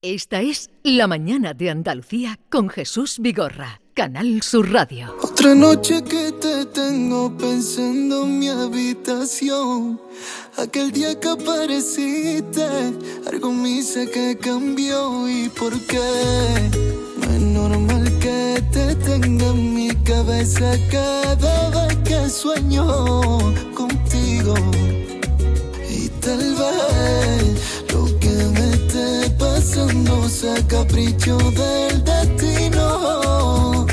Esta es La Mañana de Andalucía con Jesús Vigorra, Canal Sur Radio. Otra noche que te tengo pensando en mi habitación. Aquel día que apareciste, algo me dice que cambió. ¿Y por qué? No es normal que te tenga en mi cabeza cada vez que sueño contigo. Y tal vez lo que me esté pasando sea capricho del destino.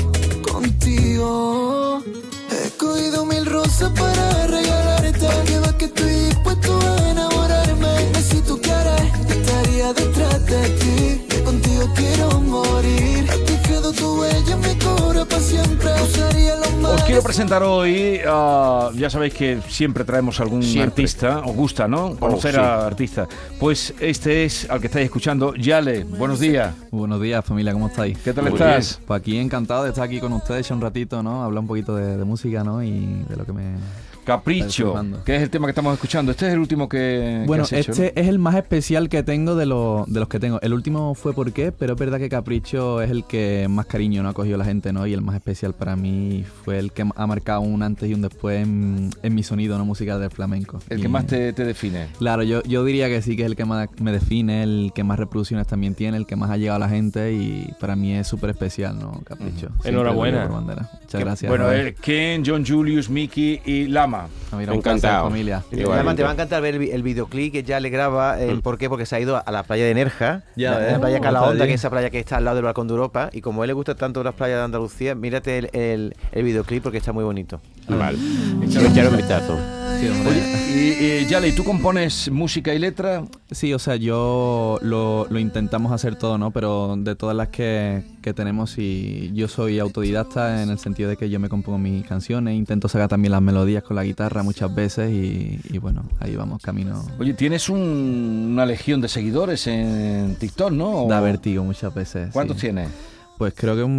Contigo he cogido 1000 rosas para regalarte. Que va que estoy dispuesto a enamorarme. Y si tú quieres, estaría detrás de ti. Que contigo quiero morir. A ti quedó tu huella en mi cora para siempre. Usaría los mares. Os quiero presentar hoy, ya sabéis que siempre traemos algún artista. Os gusta, ¿no? Conocer a artistas. Pues este es al que estáis escuchando, Yale. Buenos días. Buenos días, familia, ¿cómo estáis? ¿Qué tal estás? Pues aquí encantado de estar aquí con ustedes ya un ratito, ¿no? Hablar un poquito de música, ¿no? Y de lo que me... Capricho, que es el tema que estamos escuchando. Este es el último que bueno, has hecho, este ¿no? es el más especial que tengo de los que tengo. El último fue ¿Por qué? Pero es verdad que Capricho es el que más cariño, ¿no? Ha cogido la gente, ¿no? Y el más especial para mí fue el que ha marcado un antes y un después en mi sonido, ¿no? Musical del flamenco. El que más te define. Claro, yo diría que sí, que es el que más me define, el que más reproducciones también tiene, el que más ha llegado a la gente, y para mí es súper especial, ¿no? Capricho. Enhorabuena. Muchas gracias. Bueno, Ken, John Julius, Mickey y Lama. Mira, encantado. Familia. Además, te va a encantar ver el videoclip que ya le graba. ¿Por qué? Porque se ha ido a la playa de Nerja, la playa Calahonda, que es esa playa que está al lado del balcón de Europa. Y como a él le gustan tanto las playas de Andalucía, mírate el videoclip porque está muy bonito. Vale. Echar un vistazo. Sí, Oye, y Yale, ¿y tú compones música y letra? Sí, o sea, yo lo intentamos hacer todo, ¿no? Pero de todas las que tenemos, y yo soy autodidacta en el sentido de que yo me compongo mis canciones, intento sacar también las melodías con la guitarra muchas veces y bueno, ahí vamos camino. Oye, tienes una legión de seguidores en TikTok, ¿no? Da vértigo muchas veces. ¿Cuántos tienes? Pues creo que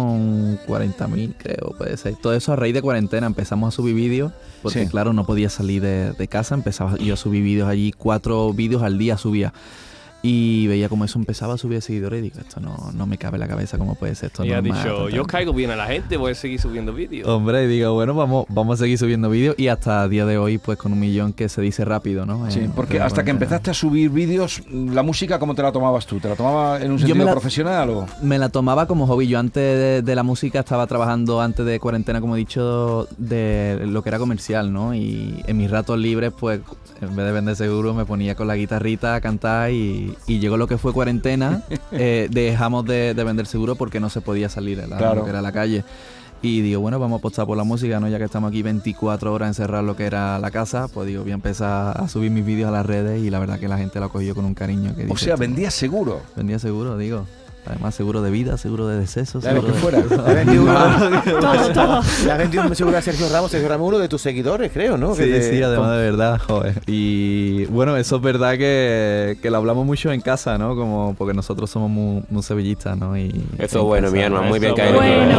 1.040.000, creo, puede ser. Todo eso a raíz de cuarentena. Empezamos a subir vídeos, porque claro, no podía salir de casa. Empezaba yo a subir vídeos allí, 4 vídeos al día subía. Y veía como eso empezaba a subir seguidores y digo, esto no me cabe en la cabeza, ¿cómo puede ser esto? Y has normal, dicho, total. yo caigo bien a la gente, voy a seguir subiendo vídeos. Hombre, y digo, bueno, vamos a seguir subiendo vídeos, y hasta el día de hoy, pues con 1 millón, que se dice rápido, ¿no? Sí, porque hasta que empezaste a subir vídeos, la música, ¿cómo te la tomabas tú? ¿Te la tomabas en un sentido profesional o...? Me la tomaba como hobby. Yo antes de la música estaba trabajando, antes de cuarentena, como he dicho, de lo que era comercial, ¿no? Y en mis ratos libres, pues, en vez de vender seguro, me ponía con la guitarrita a cantar, y llegó lo que fue cuarentena, dejamos de vender seguro porque no se podía salir a lo que era la calle. Y digo, bueno, vamos a apostar por la música, ¿no? Ya que estamos aquí 24 horas encerrados lo que era la casa, pues digo, voy a empezar a subir mis vídeos a las redes, y la verdad que la gente lo cogió con un cariño que O sea, vendías seguro. Vendía seguro, digo. Además, seguro de vida, seguro de deceso, Claro, seguro que fuera. Le has vendido un seguro a Sergio Ramos, uno de tus seguidores, creo, ¿no? Sí, además de verdad, joder. Y bueno, eso es verdad que lo hablamos mucho en casa, ¿no? Como porque nosotros somos muy sevillistas, ¿no? Y eso es bueno, mi alma, muy bien Bueno. caído.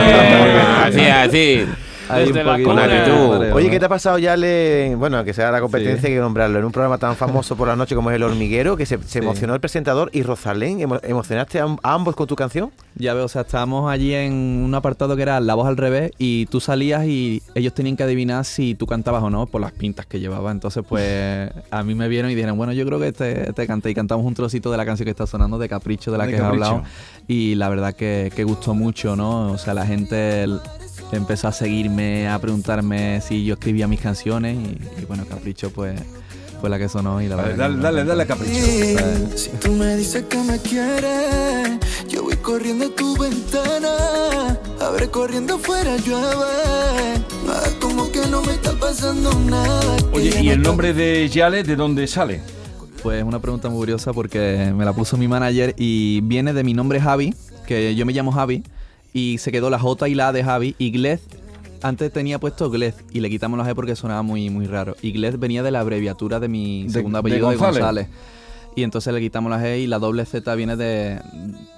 Así. Desde la con cuna. actitud. Oye, ¿qué te ha pasado ya? Bueno, que sea la competencia, hay que nombrarlo. En un programa tan famoso por la noche como es El Hormiguero, que se emocionó el presentador y Rosalén. ¿Emocionaste a ambos con tu canción? Ya veo, o sea, estábamos allí en un apartado que era La Voz al Revés, y tú salías y ellos tenían que adivinar si tú cantabas o no por las pintas que llevaba. Entonces, pues, a mí me vieron y dijeron, bueno, yo creo que este canté, y cantamos un trocito de la canción que está sonando, de Capricho, de la que he hablado. Y la verdad que gustó mucho, ¿no? O sea, la gente empezó a seguirme, a preguntarme si yo escribía mis canciones, y bueno, Capricho pues fue la que sonó, y la verdad. Dale, Capricho. Si tú me dices que me quieres, yo voy corriendo a tu ventana. Abre corriendo afuera, llueve. Como que no me está pasando nada. Oye, ¿y el nombre de Yale de dónde sale? Pues es una pregunta muy curiosa, porque me la puso mi manager, y viene de mi nombre Javi, que yo me llamo Javi, y se quedó la J y la A de Javi, y Glez, antes tenía puesto Glez, y le quitamos la G porque sonaba muy, muy raro. Y Glez venía de la abreviatura de mi segundo apellido, de González. Y entonces le quitamos la G, y la doble Z viene de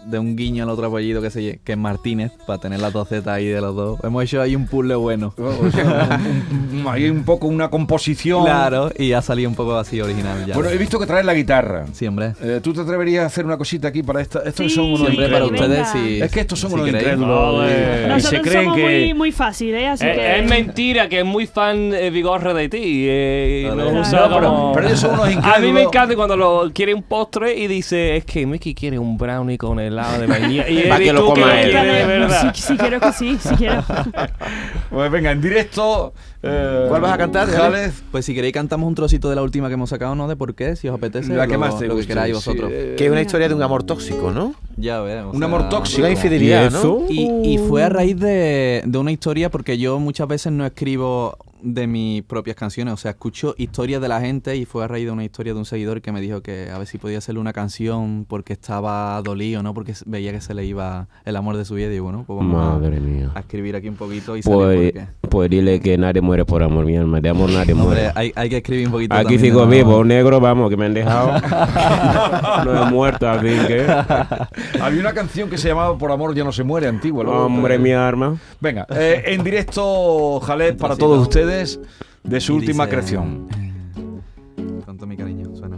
de un guiño al otro apellido que es Martínez, para tener las dos Z ahí de los dos. Hemos hecho ahí un puzzle bueno. O sea, hay un poco una composición. Claro, y ha salido un poco así original ya. Bueno, he visto que traes la guitarra. Sí, hombre. ¿Tú te atreverías a hacer una cosita aquí para esta? Estos Sí, son unos Siempre para incrédulos. ustedes, sí. Es que estos son si unos queréis. incrédulos. Y Nosotros se creen somos que... muy fácil, ¿eh? Así que... Es mentira que es muy fan Vigorra de ti. Claro. No, Claro. pero ellos son unos incrédulos. A mí me encanta cuando quiere un postre y dice, es que Miki quiere un brownie con helado de vainilla. Y Para que eres lo tú coma lo él. quieres de verdad. Sí quiero que sí quiero. Pues venga, en directo. ¿Cuál vas a cantar, Jález? Pues si queréis cantamos un trocito de la última que hemos sacado, ¿no? De por qué, si os apetece. La que más te lo que guste, queráis sí, vosotros. Que es una historia de un amor tóxico, ¿no? Ya ves. Un amor tóxico. Una infidelidad, ¿Y eso? ¿no? Y fue a raíz de una historia, porque yo muchas veces no escribo de mis propias canciones, o sea, escucho historias de la gente y fue a raíz de una historia de un seguidor que me dijo que a ver si podía hacerle una canción porque estaba dolido, ¿no? Porque veía que se le iba el amor de su vida y digo, bueno, pues vamos Madre mía. a escribir aquí un poquito y salir por Pues, qué. pues dile que nadie muere por amor, mi alma. De amor nadie muere. Hombre, hay que escribir un poquito. Aquí también sigo de vivo, amor. negro, vamos, que me han dejado. No he muerto, así que... Había una canción que se llamaba Por amor ya no se muere, antigua. luego- Hombre, mi arma. Venga, en directo, Jález, para Trocito. todos ustedes, de su Y última dice, creación. Con todo mi cariño, suena.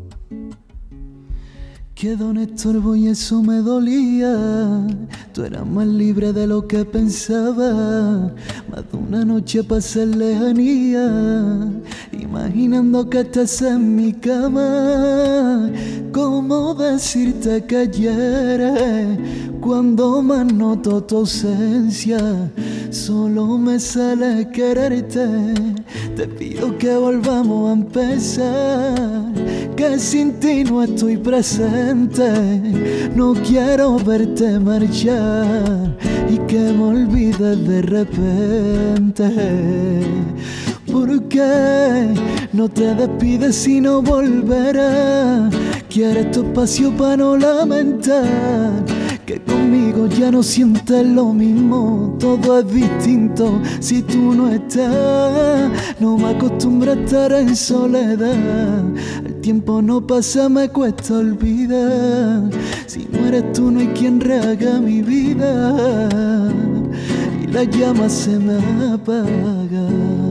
Quedó un estorbo y eso me dolía. Tú eras más libre de lo que pensaba. Más de una noche pasé en lejanía, imaginando que estás en mi cama. ¿Cómo decirte que ayer, cuando más noto tu ausencia, solo me sale quererte? Te pido que volvamos a empezar, que sin ti no estoy presente. No quiero verte marchar y que me olvides de repente. ¿Por qué no te despides y no volverás? Quieres tu espacio para no lamentar que conmigo ya no sientes lo mismo. Todo es distinto si tú no estás. No me acostumbro a estar en soledad. El tiempo no pasa, me cuesta olvidar. Si no eres tú, no hay quien rehaga mi vida y la llama se me apaga.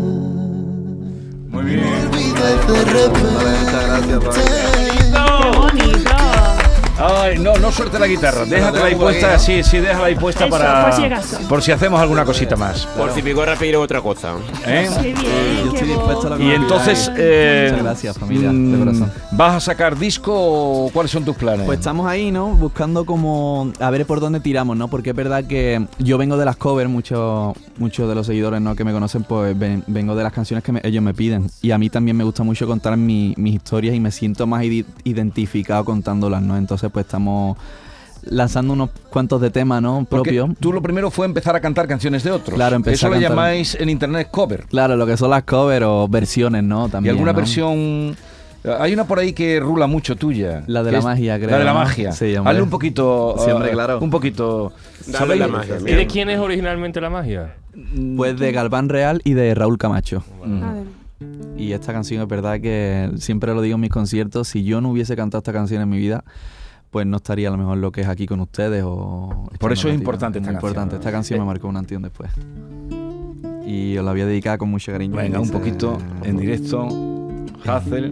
Muy bien. Olvides de repente. ¡Qué bonito! Ay, no suelte la guitarra, déjatela ahí puesta, sí, déjala ahí puesta Eso, para... por si acaso. por si hacemos alguna cosita más. Por si Vigorra pide otra cosa. ¿Eh? ¡Qué bien! Yo qué estoy dispuesto a lo que Y me entonces, pidáis. Muchas gracias, familia, de corazón. ¿vas a sacar disco o cuáles son tus planes? Pues estamos ahí, ¿no? Buscando como a ver por dónde tiramos, ¿no? Porque es verdad que yo vengo de las covers, muchos de los seguidores, ¿no? Que me conocen, pues vengo de las canciones que ellos me piden. Y a mí también me gusta mucho contar mis historias y me siento más identificado contándolas, ¿no? Entonces, pues estamos lanzando unos cuantos de temas, ¿no? Porque Propios. tú lo primero fue empezar a cantar canciones de otros. Claro, empecé Eso a lo cantar. llamáis en internet cover. Claro, lo que son las covers o versiones, ¿no? También, ¿Y alguna ¿no? versión? Hay una por ahí que rula mucho tuya. La de que la es magia, creo, La de la ¿no? magia. Sí, hombre. Hazle un poquito. Sí, hombre, claro. Un poquito. Dale ¿Sabéis? la magia. ¿Y de quién es originalmente la magia? Pues de Galván Real y de Raúl Camacho. A ver. Y esta canción es verdad que siempre lo digo en mis conciertos, si yo no hubiese cantado esta canción en mi vida, pues no estaría a lo mejor lo que es aquí con ustedes o... Por eso es echando importante ratito. esta Muy importante. canción. Esta canción me marcó un antes y un después. Y os la voy a dedicar con mucho cariño. Venga, un Dice- poquito en directo. Hazel.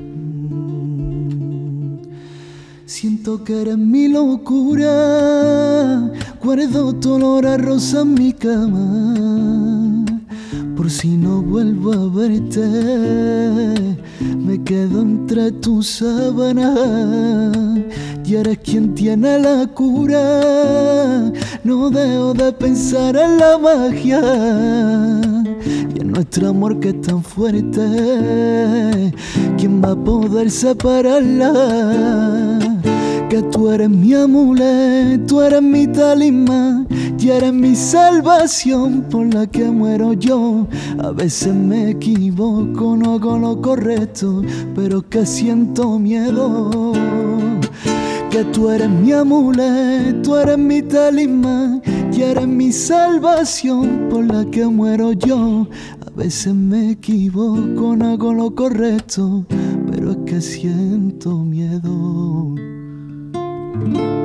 Siento que eres mi locura, guardo tu olor a rosa en mi cama. Por si no vuelvo a verte, me quedo entre tus sábanas. Y eres quien tiene la cura, no dejo de pensar en la magia y en nuestro amor que es tan fuerte. ¿Quién va a poder separarla? Que tú eres mi amuleto, tú eres mi talismán y eres mi salvación por la que muero yo. A veces me equivoco, no hago lo correcto, pero que siento miedo. Que tú eres mi amuleto, tú eres mi talismán y eres mi salvación por la que muero yo. A veces me equivoco, no hago lo correcto, pero es que siento miedo. Quiero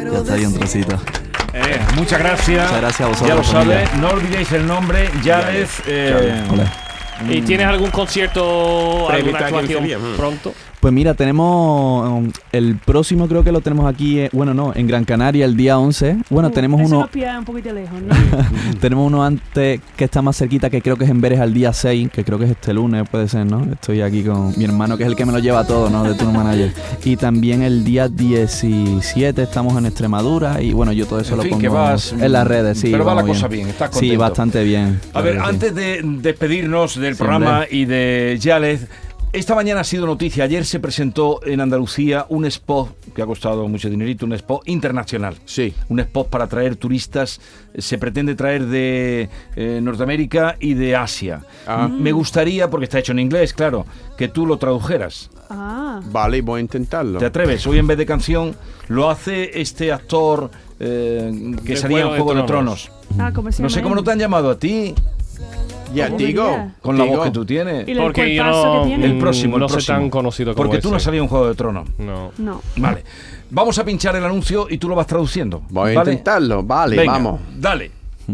Ya está ahí un trocito. Muchas gracias. Muchas gracias a vosotros, Ya lo familia. sabes, no olvidéis el nombre, Yález. Hola. ¿Y tienes algún concierto, alguna Prevista aquí en actuación Sevilla? pronto? Pues mira, tenemos el próximo, creo que lo tenemos aquí, en Gran Canaria el día 11. Bueno, tenemos Eso uno nos pilla un poquito lejos, ¿no? tenemos uno antes que está más cerquita, que creo que es en Veres al día 6, que creo que es este lunes, puede ser, ¿no? Estoy aquí con mi hermano, que es el que me lo lleva todo, ¿no? De Tour Manager. Y también el día 17 estamos en Extremadura y bueno, yo todo eso En lo fin, pongo que vas, en las redes, sí. pero va la vamos cosa bien. bien, estás contento. Sí, bastante bien. A ver, Sí. antes de despedirnos del Sí, programa hombre. y de Yález, esta mañana ha sido noticia. Ayer se presentó en Andalucía un spot que ha costado mucho dinerito, un spot internacional. Sí. Un spot para traer turistas. Se pretende traer de Norteamérica y de Asia. Ah. Me gustaría, porque está hecho en inglés, claro, que tú lo tradujeras. Ah, Vale, voy a intentarlo. ¿Te atreves? Hoy en vez de canción lo hace este actor que De salía en Juego de Tronos. ¿cómo se No llama sé cómo no él? te han llamado a ti, Ya ¿Cómo digo. diría? con la digo. voz que tú tienes. Y el Porque yo cuerpazo no, que tiene. El próximo, el no soy próximo. tan conocido como Porque tú no has ese. salido en Juego de Tronos. No. No. Vale. Vamos a pinchar el anuncio y tú lo vas traduciendo. Voy a ¿vale? intentarlo. Vale, Venga, vamos. Dale.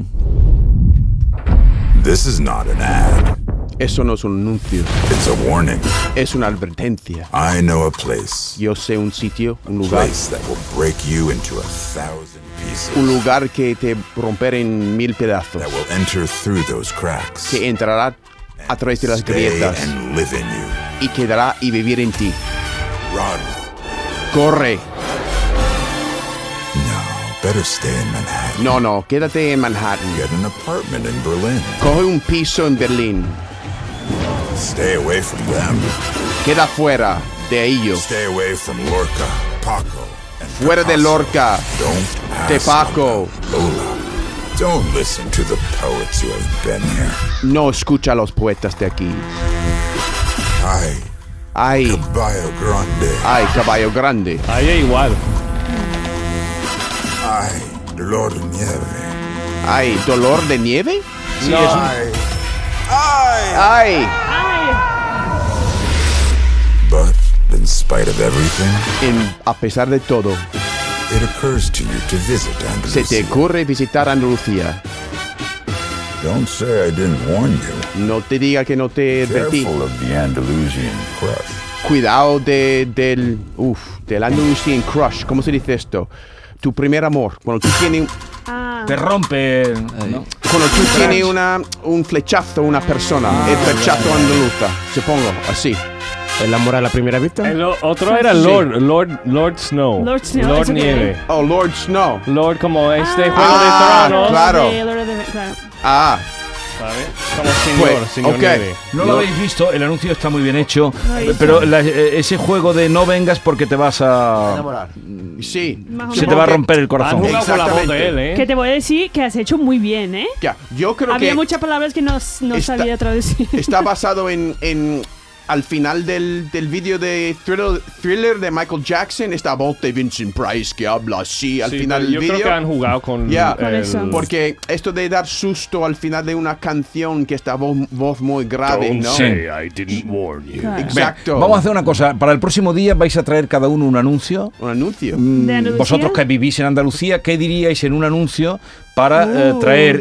This is not an ad. Eso no es un anuncio. It's a warning. Es una advertencia. I know a place. Yo sé un sitio, un lugar. Place that will break you into 1,000 pieces. Un lugar que te romperá en 1000 pedazos. That will enter through those cracks. Que entrará a través de las Stay grietas. and live in you. Y quedará y vivir en ti. Run. Corre. No, better stay in Manhattan. No, quédate en Manhattan. Get an apartment in Berlin. Coge un piso en Berlín. Stay away from them. Queda fuera de ellos. Stay away from Lorca, Paco, and Fuera de Picasso. Lorca. Don't De pass Paco. on them, Lola. Don't listen to the poets who have been here. No escucha a los poetas de aquí. Ay, Ay, Caballo Grande. ay, caballo grande. Ahí es igual. Ay, Dolor de Nieve. Ay, dolor de nieve. Sí, No. es un- Ay, ay. Ay, But in spite of everything, a pesar de todo, it occurs to you to visit se te Andalusia. ocurre visitar Andalucía. Don't say I didn't warn you. No te diga que no te advertí. Careful of the Andalusian crush. Cuidado del Andalusian crush. ¿Cómo se dice esto? Tu primer amor. Cuando tú tienes, Te rompe. ¿no? cuando tú tienes un flechazo a una persona. El flechazo andaluza. Supongo, así. ¿El amor a la primera vista? El otro era Lord Snow. Lord Snow, Lord eso que- Nieve. Oh, Lord Snow. Lord como este Juego Ah, de Tronos. claro. Claro. Ah, ¿Sabes? Como señor, Pues, señor ok. Nieve. No lo habéis visto, el anuncio está muy bien hecho, he visto. pero ese juego de no vengas porque te vas a... Enamorar. sí. Más o Se menos. te va a romper el Han corazón. jugado con la voz de Exactamente. él, ¿eh? Que te voy a decir que has hecho muy bien, ¿eh? Ya, yo creo Había que muchas palabras que no Está- sabía traducir. está basado en al final del vídeo de Thriller de Michael Jackson, esta voz de Vincent Price que habla así al Sí, final pero del yo vídeo. creo que han jugado con Ya, Con eso. porque esto de dar susto al final de una canción que está voz muy grave, ¿no? Sí. I didn't warn you. Claro. Exacto. Vamos a hacer una cosa, para el próximo día vais a traer cada uno un anuncio. un anuncio. ¿De Andalucía? Vosotros que vivís en Andalucía, ¿qué diríais en un anuncio para traer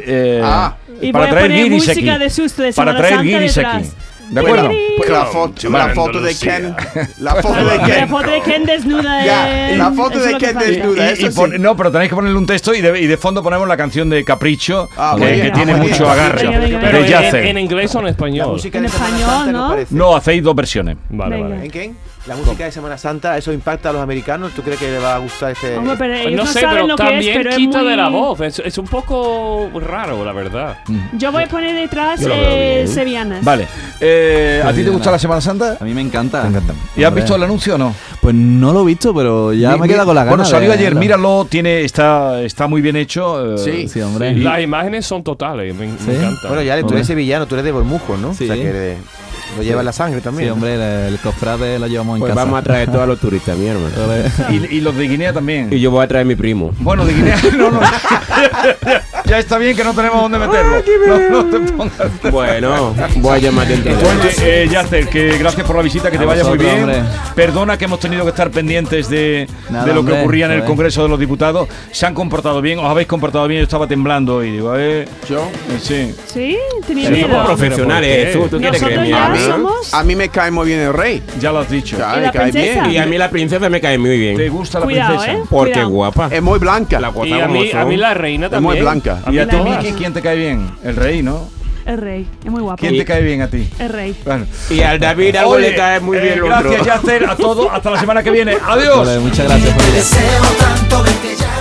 Y para voy a traer poner guiris música aquí? de susto de para Semana traer Santa guiris detrás. aquí. ¿De acuerdo? Pues la foto de Ken. La foto de La Ken. foto de Ken desnuda. Ya, la foto eso de es lo que Ken falta. desnuda. eso sí. No, pero tenéis que ponerle un texto y de fondo ponemos la canción de Capricho, Ah, que, muy bien. que tiene Ah, muy mucho bien. agarre, Venga, venga, Pero de en Yasser. inglés o en La español. música En de Semana español, Santa, ¿no? parece? No, hacéis dos versiones. Vale, Venga. vale. ¿En qué? La música de Semana Santa, ¿eso impacta a los americanos? ¿Tú crees que le va a gustar este...? Hombre, pero Pues ellos no no sé, saben pero lo que es, también pero es quita muy... de la voz. Es un poco raro, la verdad. Yo voy a poner detrás Yo lo veo bien. sevillanas. Vale. ¿A ti te gusta la Semana Santa? A mí me encanta. ¿Y has Hombre. visto el anuncio o no? Pues no lo he visto, pero ya me he quedado con la gana. Bueno, salió de ayer, verlo. míralo, está muy bien hecho. Sí. Sí, hombre. Las imágenes son totales, me encanta. Bueno, ya tú Hombre. eres sevillano, tú eres de Bormujos, ¿no? Sí. O sea, que lo lleva en la sangre también. Sí, hombre, el cofrade lo llevamos Pues en casa. vamos a traer todos los turistas, mi hermano. Y los de Guinea también. Y yo voy a traer mi primo. Bueno, de Guinea, no. Ya está bien que no tenemos dónde meterlo. No te pongas. Bueno, voy a llamar dentro de Oye, Yacer, que gracias por la visita, que te vaya muy bien. hombre. Perdona que hemos tenido que estar pendientes de Nada, lo que hombre, ocurría en el joder. Congreso de los Diputados. Se han comportado bien, os habéis comportado bien. Yo estaba temblando y digo, ¿Yo? sí. ¿Sí? Tenía Pero somos miedo. profesionales. ¿Tú quieres Nosotros creerme ya a mí? somos- A mí me cae muy bien el rey. Ya lo has dicho. Ya, ¿Y me la cae princesa? bien. Y a mí la princesa me cae muy ¿Te bien. gusta la Cuidado, princesa? Porque Cuidado. guapa. Es muy blanca. La cosa Y a como mí son. la reina Es también. muy blanca. ¿Y a ti, todas. Miki, quién te cae bien? El rey, ¿no? El rey. Es muy guapo. ¿Quién te cae bien a ti? El rey. Bueno. Y al David algo Oye, le cae muy bien el otro. gracias, Yacer, a todos. Hasta la semana que viene. ¡Adiós! Vale, muchas gracias, familia. Deseo tanto verte ya.